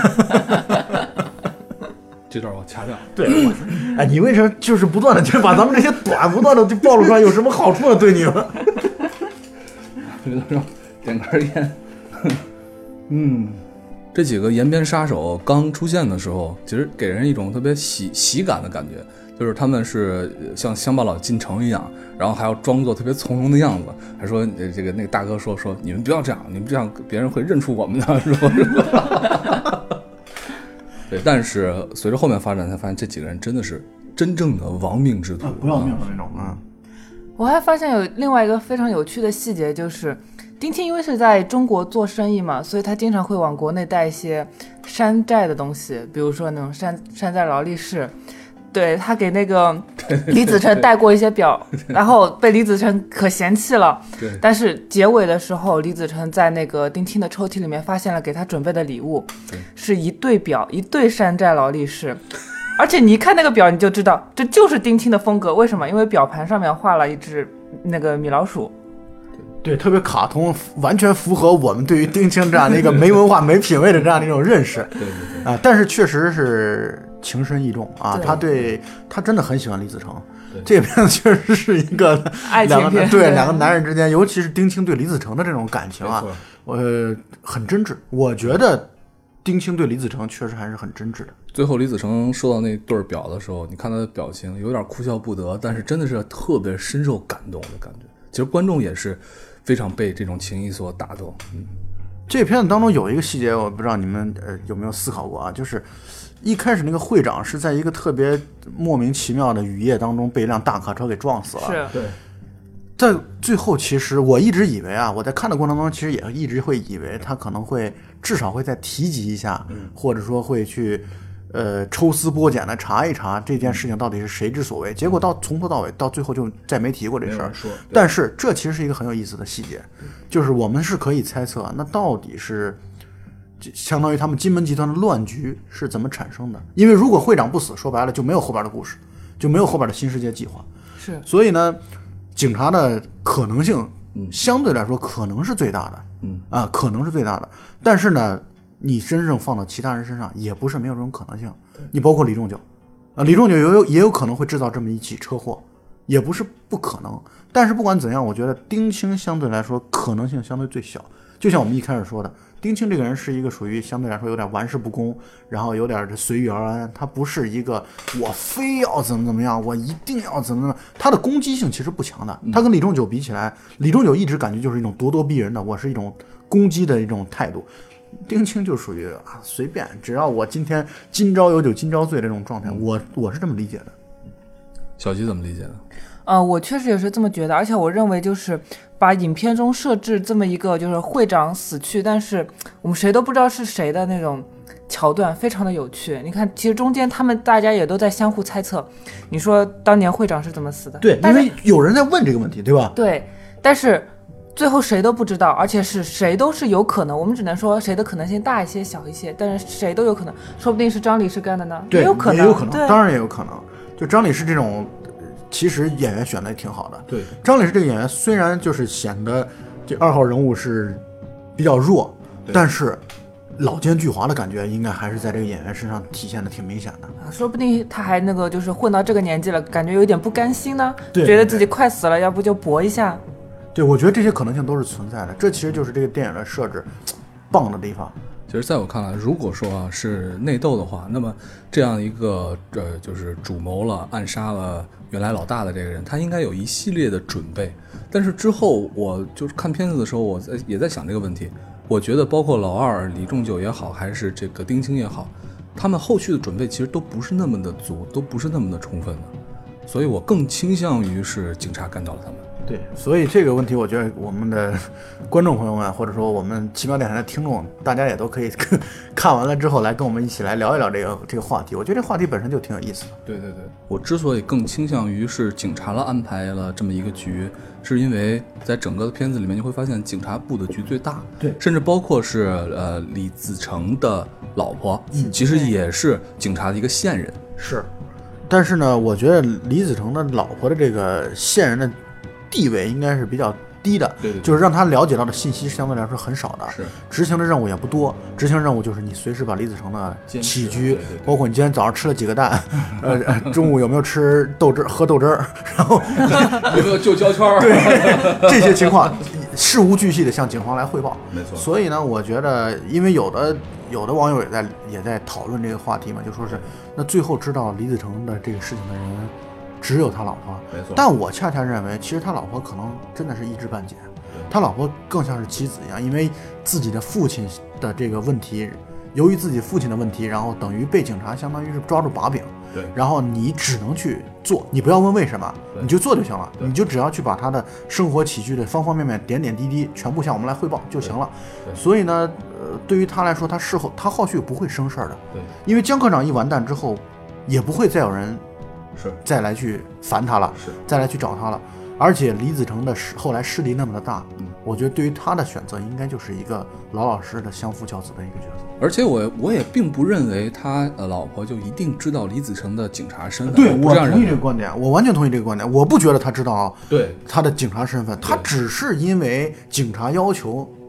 这段我掐掉。 对，我哎，你为什么就是不断的就把咱们这些短不断的就暴露出来，有什么好处呢？对你们？ 觉得说点根烟，嗯。这几个延边杀手刚出现的时候，其实给人一种特别喜喜感的感觉，就是他们是像乡巴佬进城一样，然后还要装作特别从容的样子，还说这个那个大哥说说你们不要这样，你们这样别人会认出我们的，是吧？对，但是随着后面发展，才发现这几个人真的是真正的亡命之徒， 啊、不要命的那种啊。 我还发现有另外一个非常有趣的细节，就是丁青因为是在中国做生意嘛，所以他经常会往国内带一些山寨的东西，比如说那种山山寨劳力士。对，他给那个李子成带过一些表，然后被李子成可嫌弃了。 对， 但是结尾的时候，李子成在那个丁青的抽屉里面发现了给他准备的礼物，是一对表，一对山寨劳力士。而且你一看那个表，你就知道这就是丁青的风格。为什么？因为表盘上面画了一只那个米老鼠。 对，特别卡通，完全符合我们对于丁青这样的一个没文化、没品位的这样的一种认识。 对对对。 啊，但是确实是， 情深意重啊， 对他对他真的很喜欢李子成。这个片子确实是一个爱情片， 两个对两个男人之间，尤其是丁青对李子成的这种感情啊，呃，很真挚。我觉得丁青对李子成确实还是很真挚的。 最后李子成收到那对表的时候，你看他的表情有点哭笑不得，但是真的是特别深受感动的感觉。其实观众也是非常被这种情谊所打动。嗯， 这片子当中有一个细节，我不知道你们呃有没有思考过啊，就是一开始那个会长是在一个特别莫名其妙的雨夜当中被一辆大卡车给撞死了。 是， 对。 在最后，其实我一直以为啊，我在看的过程中，其实也一直会以为他可能会至少会再提及一下， 嗯、 或者说会去呃抽丝剥茧的查一查这件事情到底是谁之所为。结果到从头到尾到最后就再没提过这事儿。但是这其实是一个很有意思的细节，就是我们是可以猜测，那到底是相当于他们金门集团的乱局是怎么产生的？因为如果会长不死，说白了就没有后边的故事，就没有后边的新世界计划。 是， 所以呢，警察的可能性相对来说可能是最大的， 嗯啊，可能是最大的。但是呢，你真正放到其他人身上，也不是没有这种可能性。你包括李仲九，啊，李仲九也有也有可能会制造这么一起车祸，也不是不可能。但是不管怎样，我觉得丁青相对来说可能性相对最小。就像我们一开始说的，丁青这个人是一个属于相对来说有点玩世不恭，然后有点随遇而安，他不是一个我非要怎么怎么样，我一定要怎么怎么样，他的攻击性其实不强的。他跟李仲九比起来，李仲九一直感觉就是一种咄咄逼人的，我是一种攻击的一种态度。丁青就属于啊随便，只要我今天今朝有酒今朝醉这种状态，我我是这么理解的。 小吉怎么理解的？ 呃，我确实也是这么觉得，而且我认为就是把影片中设置这么一个就是会长死去，但是我们谁都不知道是谁的那种桥段，非常的有趣。你看，其实中间他们大家也都在相互猜测，你说当年会长是怎么死的？ 对，因为有人在问这个问题，对吧？ 对，但是最后谁都不知道，而且是谁都是有可能，我们只能说谁的可能性大一些、小一些，但是谁都有可能，说不定是张李是干的呢， 对， 也有可能， 也有可能， 对， 当然也有可能。就张李是这种。其实演员选的也挺好的。 对， 张李是这个演员，虽然就是显得这二号人物是比较弱，但是老奸巨猾的感觉应该还是在这个演员身上体现的挺明显的。 啊，说不定他还那个就是混到这个年纪了，感觉有点不甘心呢， 对， 觉得自己快死了，要不就搏一下。 对，我觉得这些可能性都是存在的，这其实就是这个电影的设置棒的地方。 其实在我看来，如果说啊是内斗的话，那么这样一个呃就是主谋了、暗杀了原来老大的这个人，他应该有一系列的准备。但是之后我就是看片子的时候，我在也在想这个问题。我觉得包括老二李仲九也好，还是这个丁青也好，他们后续的准备其实都不是那么的足，都不是那么的充分的。所以我更倾向于是警察干掉了他们。 对，所以这个问题，我觉得我们的观众朋友们，或者说我们奇妙电台的听众，大家也都可以看完了之后来跟我们一起来聊一聊这个这个话题。我觉得这话题本身就挺有意思的。 对对对，我之所以更倾向于是警察了安排了这么一个局，是因为在整个的片子里面，你会发现警察布的局最大， 对， 甚至包括是呃李子成的老婆，嗯，其实也是警察的一个线人。 是，但是呢，我觉得李子成的老婆的这个线人的地位应该是比较低的， 对对对， 就是让他了解到的信息相对来说很少的， 是执行的任务也不多，执行任务就是你随时把李子成的起居， 对对对， 包括你今天早上吃了几个蛋，呃，中午有没有吃豆汁喝豆汁儿，然后有没有救胶圈， 对这些情况事无巨细的向警方来汇报， 没错。 所以呢，我觉得，因为有的有的网友也在也在讨论这个话题嘛，就说是那最后知道李子成的这个事情的人只有他老婆， 没错。 但我恰恰认为，其实他老婆可能真的是一知半解，他老婆更像是棋子一样，因为自己的父亲的这个问题，由于自己父亲的问题，然后等于被警察相当于是抓住把柄， 对， 然后你只能去做，你不要问为什么，你就做就行了，你就只要去把他的生活起居的方方面面、点点滴滴全部向我们来汇报就行了。所以呢，呃，对于他来说，他事后他后续不会生事儿的， 对， 因为江科长一完蛋之后，也不会再有人是再来去烦他了， 是再来去找他了。而且李子成的后来势力那么的大，嗯，我觉得对于他的选择，应该就是一个老老实实的相夫教子的一个角色。 而且我我也并不认为他呃老婆就一定知道李子成的警察身份。 对，我我同意这个观点，我完全同意这个观点。我不觉得他知道对他的警察身份，他只是因为警察要求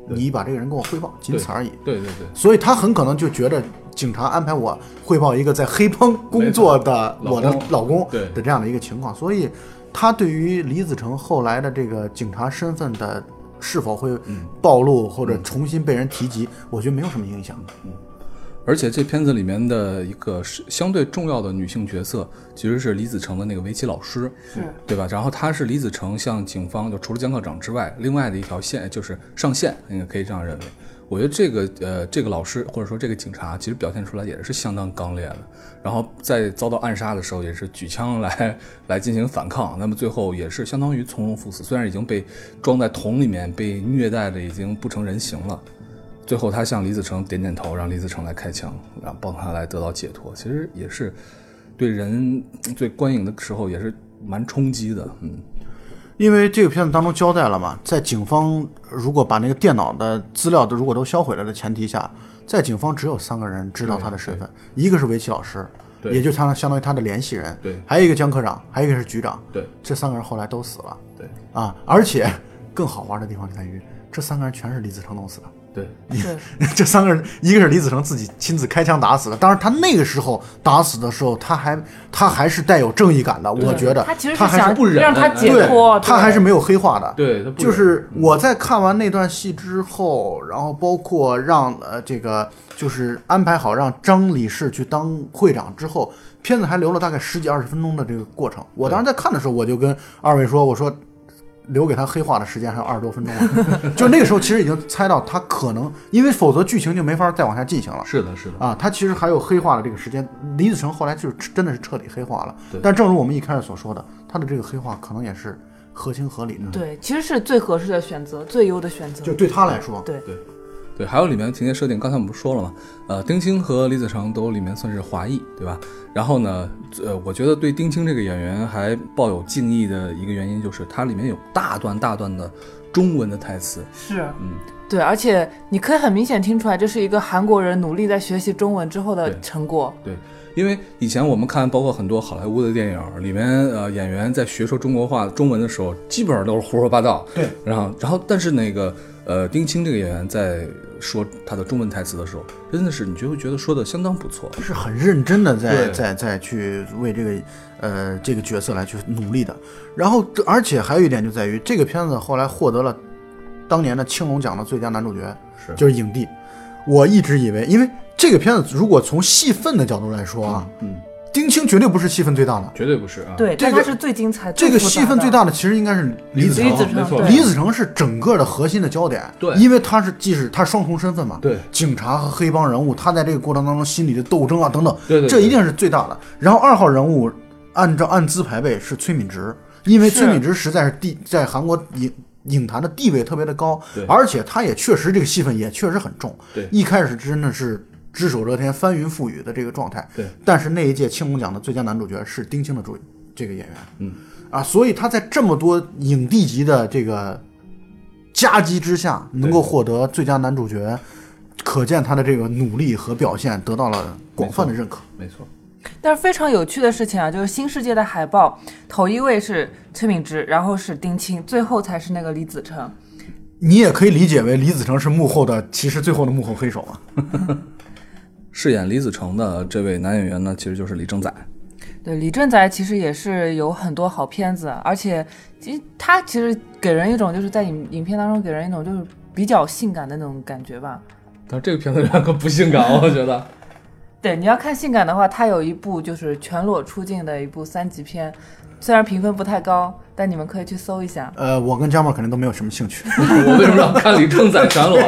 你把这个人跟我汇报，仅此而已。 对对对， 所以他很可能就觉得警察安排我汇报一个在黑帮工作的我的老公的这样的一个情况，所以他对于李子成后来的这个警察身份的是否会暴露或者重新被人提及，嗯、我觉得没有什么影响。 嗯，而且这片子里面的一个相对重要的女性角色，其实是李子成的那个围棋老师， 是对吧？然后她是李子成向警方就除了江科长之外，另外的一条线就是上线，应该可以这样认为。我觉得这个呃，这个老师或者说这个警察，其实表现出来也是相当刚烈的。然后在遭到暗杀的时候，也是举枪来来进行反抗。那么最后也是相当于从容赴死，虽然已经被装在桶里面，被虐待的已经不成人形了。最后他向李子成点点头，让李子成来开枪，然后帮他来得到解脱。其实也是对人对观影的时候也是蛮冲击的，嗯。 因为这个片子当中交代了嘛，在警方如果把那个电脑的资料的如果都销毁了的前提下，在警方只有三个人知道他的身份，一个是围棋老师，也就是他相当于他的联系人， 对， 还有一个江科长，还有一个是局长， 对， 这三个人后来都死了， 对， 啊，而且更好玩的地方就在于，这三个人全是李子成弄死的。 对， 这三个人，一个是李子成自己亲自开枪打死的，当然他那个时候打死的时候，他还他还是带有正义感的，我觉得他其实他还是不忍让他解脱， 他还是没有黑化的。 对， 就是我在看完那段戏之后，然后包括让呃这个就是安排好让张理事去当会长之后，片子还留了大概十几二十分钟的这个过程。我当时在看的时候，我就跟二位说，我说。留给他黑化的时间还有二十多分钟了，就那个时候其实已经猜到他可能，因为否则剧情就没法再往下进行了。 是的，是的啊，他其实还有黑化的这个时间。李子成后来就是真的是彻底黑化了，但正如我们一开始所说的，他的这个黑化可能也是合情合理的。 对，其实是最合适的选择，最优的选择。 就对他来说， 对对对，还有里面的情节设定，刚才我们不是说了吗？呃，丁青和李子成都里面算是华裔，对吧？然后呢，呃，我觉得对丁青这个演员还抱有敬意的一个原因，就是它里面有大段大段的中文的台词。 是， 嗯， 对，而且你可以很明显听出来，这是一个韩国人努力在学习中文之后的成果。 对。对，因为以前我们看包括很多好莱坞的电影里面，呃，演员在学说中国话中文的时候，基本上都是胡说八道。 对， 然后，然后，但是那个，呃，丁青这个演员在说他的中文台词的时候，真的是你就会觉得说的相当不错， 是很认真的在在在去为这个呃这个角色来去努力的。然后，而且还有一点就在于，这个片子后来获得了当年的青龙奖的最佳男主角， 是就是影帝。我一直以为，因为这个片子如果从戏份的角度来说啊， 嗯，嗯丁青绝对不是戏份最大的， 绝对不是啊。 对， 这个但他是最精彩。 这个戏份最大的其实应该是李子成， 没错， 李子成是整个的核心的焦点。 对， 因为他是既是他双重身份嘛， 对， 警察和黑帮人物，他在这个过程当中心理的斗争啊等等， 对对， 这一定是最大的。然后二号人物按照按资排辈是崔敏植，因为崔敏植实在是地在韩国影影坛的地位特别的高，而且他也确实这个戏份也确实很重。 对， 一开始真的是只手遮天、翻云覆雨的这个状态。 对， 但是那一届青龙奖的最佳男主角是丁青的主这个演员。 嗯， 啊，所以他在这么多影帝级的这个夹击之下，能够获得最佳男主角，可见他的这个努力和表现得到了广泛的认可。 没错。 但是非常有趣的事情啊，就是新世界的海报头一位是崔敏植，然后是丁青，最后才是那个李子成。 你也可以理解为李子成是幕后的，其实最后的幕后黑手啊。 饰演李子成的这位男演员呢，其实就是李正宰。 对，李正宰其实也是有很多好片子，而且其实他其实给人一种就是在影影片当中给人一种就是比较性感的那种感觉吧。 但是这个片子里面可不性感，我觉得。 对，你要看性感的话，他有一部就是全裸出镜的一部三级片，虽然评分不太高，但你们可以去搜一下。 呃，我跟江妹肯定都没有什么兴趣。 我为什么要看李正宰全裸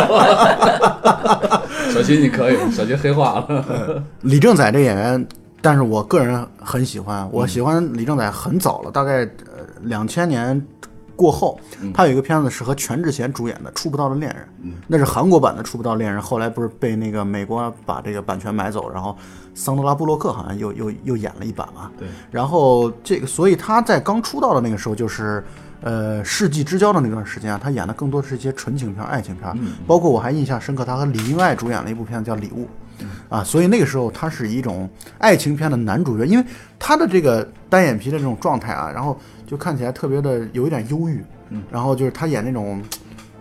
了？小新你可以，小新黑化了。 呃、李正宰这演员，但是我个人很喜欢，我喜欢李正宰很早了，大概呃两千年过后，他有一个片子是和全智贤主演的《触不到的恋人》， 嗯， 那是韩国版的《触不到恋人》，后来不是被那个美国把这个版权买走，然后桑德拉布洛克好像又又又演了一版嘛， 对， 然后这个，所以他在刚出道的那个时候，就是呃世纪之交的那段时间啊，他演的更多的是一些纯情片、爱情片，嗯，包括我还印象深刻，他和李英爱主演了一部片子叫《礼物》。啊，所以那个时候他是一种爱情片的男主角，因为他的这个单眼皮的这种状态啊，然后就看起来特别的有一点忧郁，嗯，然后就是他演那种，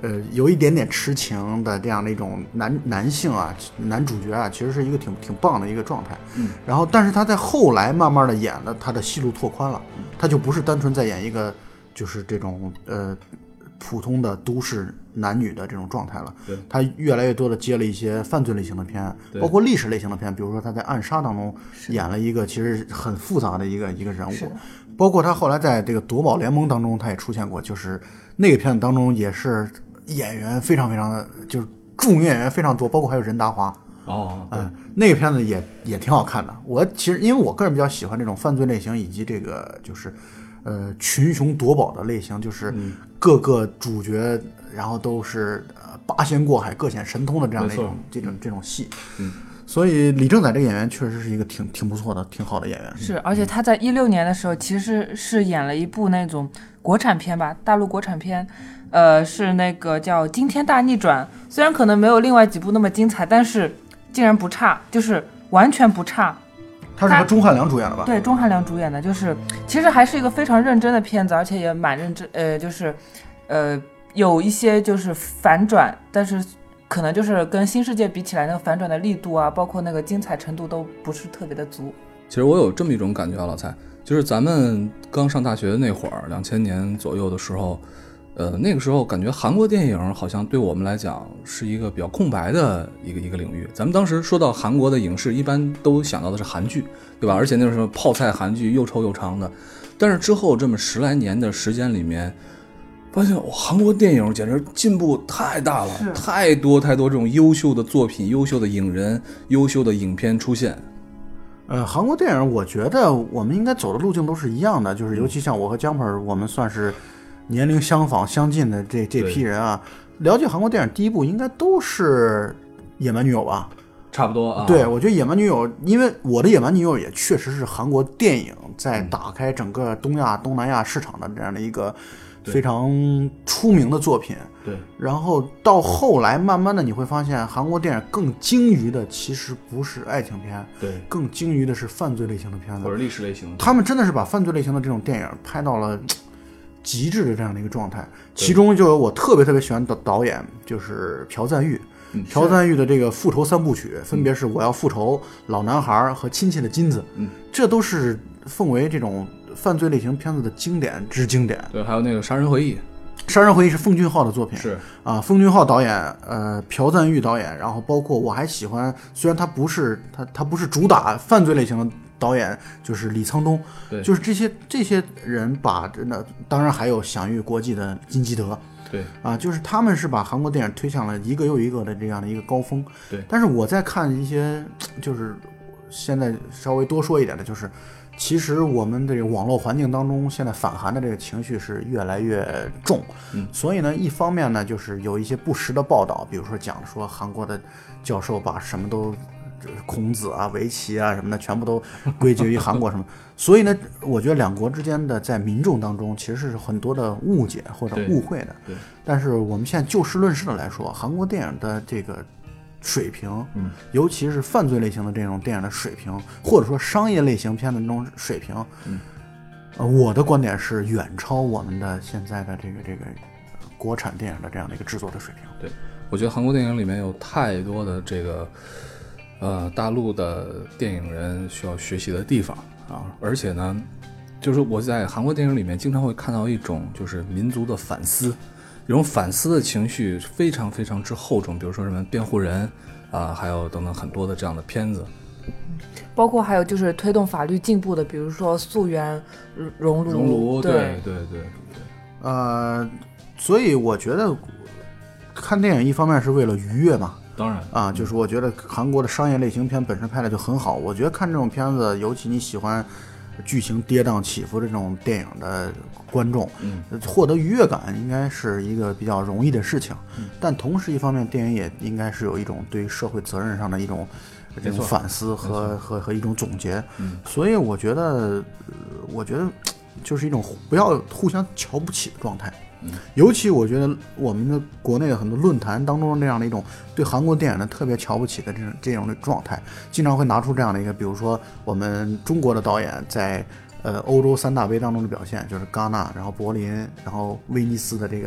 呃有一点点痴情的这样的一种男男性啊，男主角啊，其实是一个挺挺棒的一个状态。 嗯， 然后但是他在后来慢慢的演的，他的戏路拓宽了，他就不是单纯在演一个就是这种呃普通的都市男女的这种状态了。 对， 他越来越多的接了一些犯罪类型的片，包括历史类型的片，比如说他在《暗杀》当中演了一个其实很复杂的一个一个人物。包括他后来在这个夺宝联盟当中他也出现过，就是那个片子当中也是演员非常非常的就是著名演员非常多，包括还有任达华。 哦， 嗯，那个片子也也挺好看的。我其实因为我个人比较喜欢这种犯罪类型以及这个就是呃群雄夺宝的类型，就是各个主角然后都是呃八仙过海各显神通的这样的一种这种这种戏。 嗯， 所以李正宰这个演员确实是一个挺挺不错的、挺好的演员。 是，而且他在一六年的时候，其实是演了一部那种国产片吧，大陆国产片，呃，是那个叫《惊天大逆转》。虽然可能没有另外几部那么精彩，但是竟然不差，就是完全不差。 他是和钟汉良主演的吧？ 对，钟汉良主演的，就是其实还是一个非常认真的片子，而且也蛮认真，呃，就是呃有一些就是反转，但是可能就是跟新世界比起来，那个反转的力度啊，包括那个精彩程度都不是特别的足。 其实我有这么一种感觉啊，老蔡，就是咱们刚上大学的那会儿，两千年左右的时候，呃，那个时候感觉韩国电影好像对我们来讲是一个比较空白的一个一个领域。咱们当时说到韩国的影视，一般都想到的是韩剧，对吧？而且那时候泡菜韩剧又臭又长的。但是之后这么十来年的时间里面，发现、哦、韩国电影简直进步太大了，太多太多这种优秀的作品、优秀的影人、优秀的影片出现。 呃，韩国电影我觉得我们应该走的路径都是一样的，就是尤其像我和江鹏，我们算是年龄相仿相近的这这批人啊，了解韩国电影第一部应该都是《野蛮女友》吧？ 差不多啊。 对，我觉得《野蛮女友》，因为我的《野蛮女友》也确实是韩国电影在打开整个东亚、东南亚市场的这样的一个非常出名的作品。 对， 然后到后来，慢慢的你会发现，韩国电影更精于的其实不是爱情片， 对， 更精于的是犯罪类型的片子或者历史类型的。 他们真的是把犯罪类型的这种电影拍到了极致的这样的一个状态。其中就有我特别特别喜欢的导演，就是朴赞郁。 嗯、 朴赞郁的这个复仇三部曲，分别是《我要复仇》、老男孩和亲切的金子， 嗯， 这都是奉为这种犯罪类型片子的经典之经典。 对，还有那个《杀人回忆》。 杀人回忆是奉俊昊的作品， 是啊，奉俊昊导演，呃，朴赞郁导演，然后包括我还喜欢，虽然他不是他他不是主打犯罪类型的导演，就是李沧东， 对， 就是这些这些人把真的，当然还有享誉国际的金基德， 对啊，就是他们是把韩国电影推向了一个又一个的这样的一个高峰， 对。 但是我在看一些，就是现在稍微多说一点的，就是。其实我们这个网络环境当中，现在反韩的这个情绪是越来越重， 嗯， 所以呢，一方面呢，就是有一些不实的报道，比如说讲说韩国的教授把什么都，孔子啊、围棋啊什么的，全部都归结于韩国什么，所以呢，我觉得两国之间的在民众当中其实是很多的误解或者误会的， 对。对， 但是我们现在就事论事的来说，韩国电影的这个水平， 嗯， 尤其是犯罪类型的这种电影的水平，或者说商业类型片的这种水平， 嗯， 呃，我的观点是远超我们的现在的这个这个国产电影的这样的一个制作的水平。 对，我觉得韩国电影里面有太多的这个呃大陆的电影人需要学习的地方啊，而且呢，就是我在韩国电影里面经常会看到一种就是民族的反思。这种反思的情绪非常非常之厚重，比如说什么辩护人啊、呃，还有等等很多的这样的片子， 包括还有就是推动法律进步的，比如说溯源、熔炉， 熔炉， 对对对对对， 呃，所以我觉得看电影一方面是为了愉悦嘛， 当然啊，就是我觉得韩国的商业类型片本身拍的就很好，我觉得看这种片子，尤其你喜欢剧情跌宕起伏的这种电影的观众， 嗯， 获得愉悦感应该是一个比较容易的事情， 嗯， 但同时一方面，电影也应该是有一种对于社会责任上的一种这种反思和和和一种总结， 嗯， 所以我觉得，我觉得就是一种不要互相瞧不起的状态。 嗯， 尤其我觉得我们的国内的很多论坛当中这样的一种对韩国电影的特别瞧不起的这种这种的状态，经常会拿出这样的一个，比如说我们中国的导演在呃欧洲三大杯当中的表现，就是戛纳，然后柏林，然后威尼斯的这个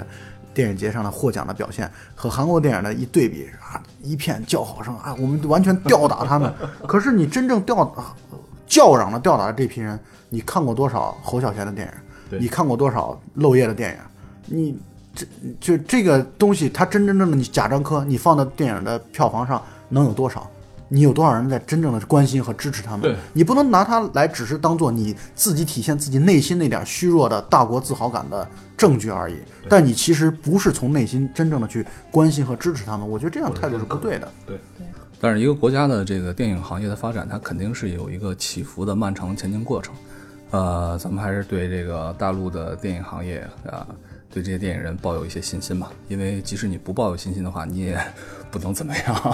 电影节上的获奖的表现和韩国电影的一对比啊，一片叫好声啊，我们完全吊打他们。可是你真正吊打、叫嚷的吊打的这批人，你看过多少侯孝贤的电影？你看过多少娄烨的电影？你这就这个东西，它真真正正的你贾樟柯，你放到电影的票房上能有多少？你有多少人在真正的关心和支持他们？你不能拿它来只是当做你自己体现自己内心那点虚弱的大国自豪感的证据而已。但你其实不是从内心真正的去关心和支持他们，我觉得这样态度是不对的。 对对。但是一个国家的这个电影行业的发展，它肯定是有一个起伏的漫长前进过程。呃，咱们还是对这个大陆的电影行业啊，对这些电影人抱有一些信心吧。因为即使你不抱有信心的话，你也不能怎么样。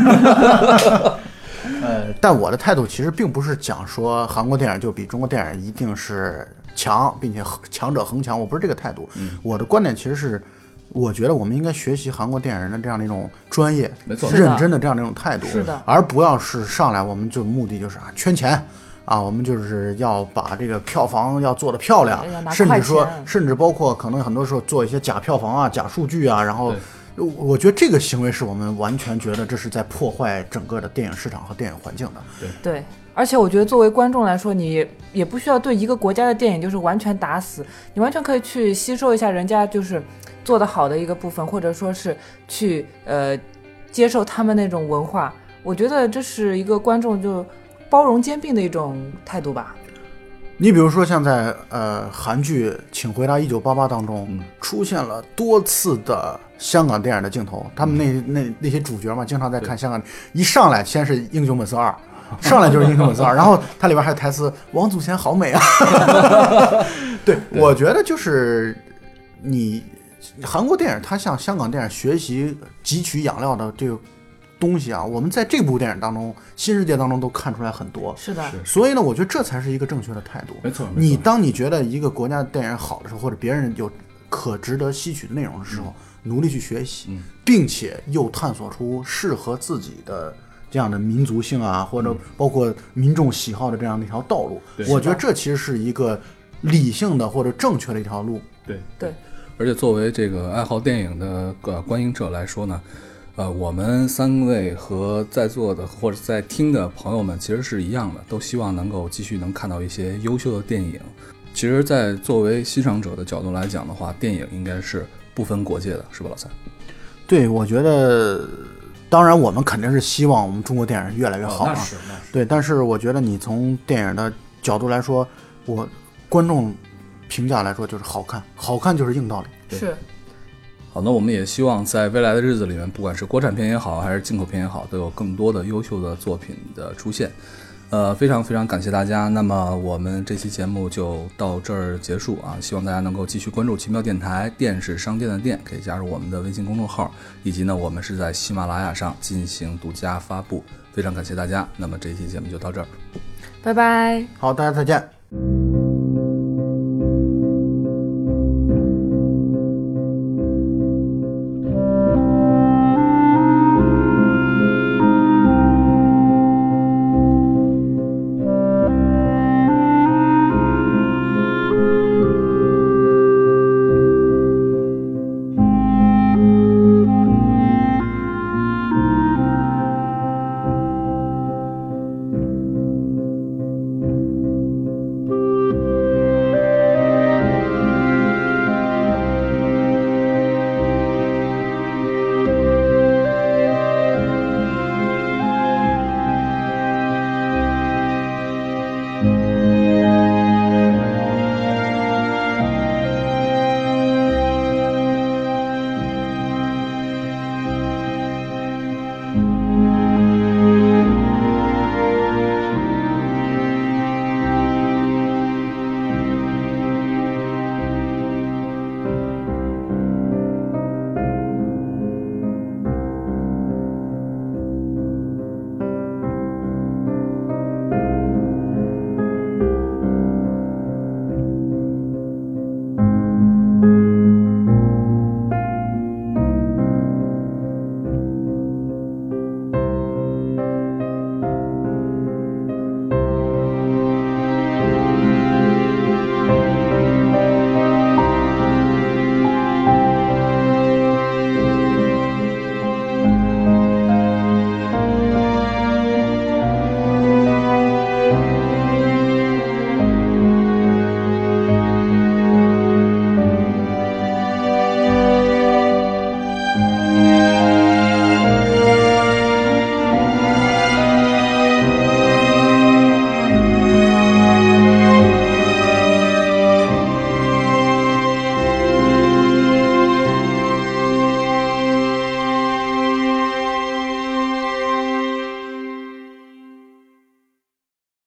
呃，但我的态度其实并不是讲说韩国电影就比中国电影一定是强，并且强者恒强，我不是这个态度。嗯、我的观点其实是，我觉得我们应该学习韩国电影人的这样的一种专业、 没错， 认真的这样的一种态度， 是的， 而不要是上来我们就目的就是啊圈钱。啊，我们就是要把这个票房要做得漂亮，甚至说，甚至包括可能很多时候做一些假票房啊、假数据啊，然后，我觉得这个行为是我们完全觉得这是在破坏整个的电影市场和电影环境的。 对对，而且我觉得作为观众来说，你也不需要对一个国家的电影就是完全打死，你完全可以去吸收一下人家就是做得好的一个部分，或者说是去呃接受他们那种文化。我觉得这是一个观众就包容兼并的一种态度吧。 你比如说像在呃韩剧《请回答一九八八》当中、嗯、出现了多次的香港电影的镜头，他们那、嗯、那那些主角嘛，经常在看香港，一上来先是《英雄本色二》，上来就是《英雄本色二》，然后它里边还有台词“王祖贤好美啊”对，对，我觉得就是你韩国电影，它向香港电影学习汲取养料的这个东西啊，我们在这部电影当中，新世界当中都看出来很多。 是的， 所以呢，我觉得这才是一个正确的态度。 没错， 你当你觉得一个国家的电影好的时候，或者别人有可值得吸取的内容的时候，嗯、努力去学习、嗯，并且又探索出适合自己的这样的民族性啊，或者包括民众喜好的这样的一条道路。嗯、我觉得这其实是一个理性的或者正确的一条路。 对对， 而且作为这个爱好电影的呃观影者来说呢。呃，我们三位和在座的或者在听的朋友们其实是一样的，都希望能够继续能看到一些优秀的电影。其实在作为欣赏者的角度来讲的话，电影应该是不分国界的，是吧老蔡？ 对，我觉得当然我们肯定是希望我们中国电影越来越好啊、 哦、那是那是对，但是我觉得你从电影的角度来说，我观众评价来说就是好看，好看就是硬道理。 是。 好，那我们也希望在未来的日子里面，不管是国产片也好，还是进口片也好，都有更多的优秀的作品的出现。呃，非常非常感谢大家。那么我们这期节目就到这儿结束啊！希望大家能够继续关注奇妙电台，电是商店的店，可以加入我们的微信公众号，以及呢，我们是在喜马拉雅上进行独家发布。非常感谢大家。那么这期节目就到这儿， 拜拜。 好，大家再见。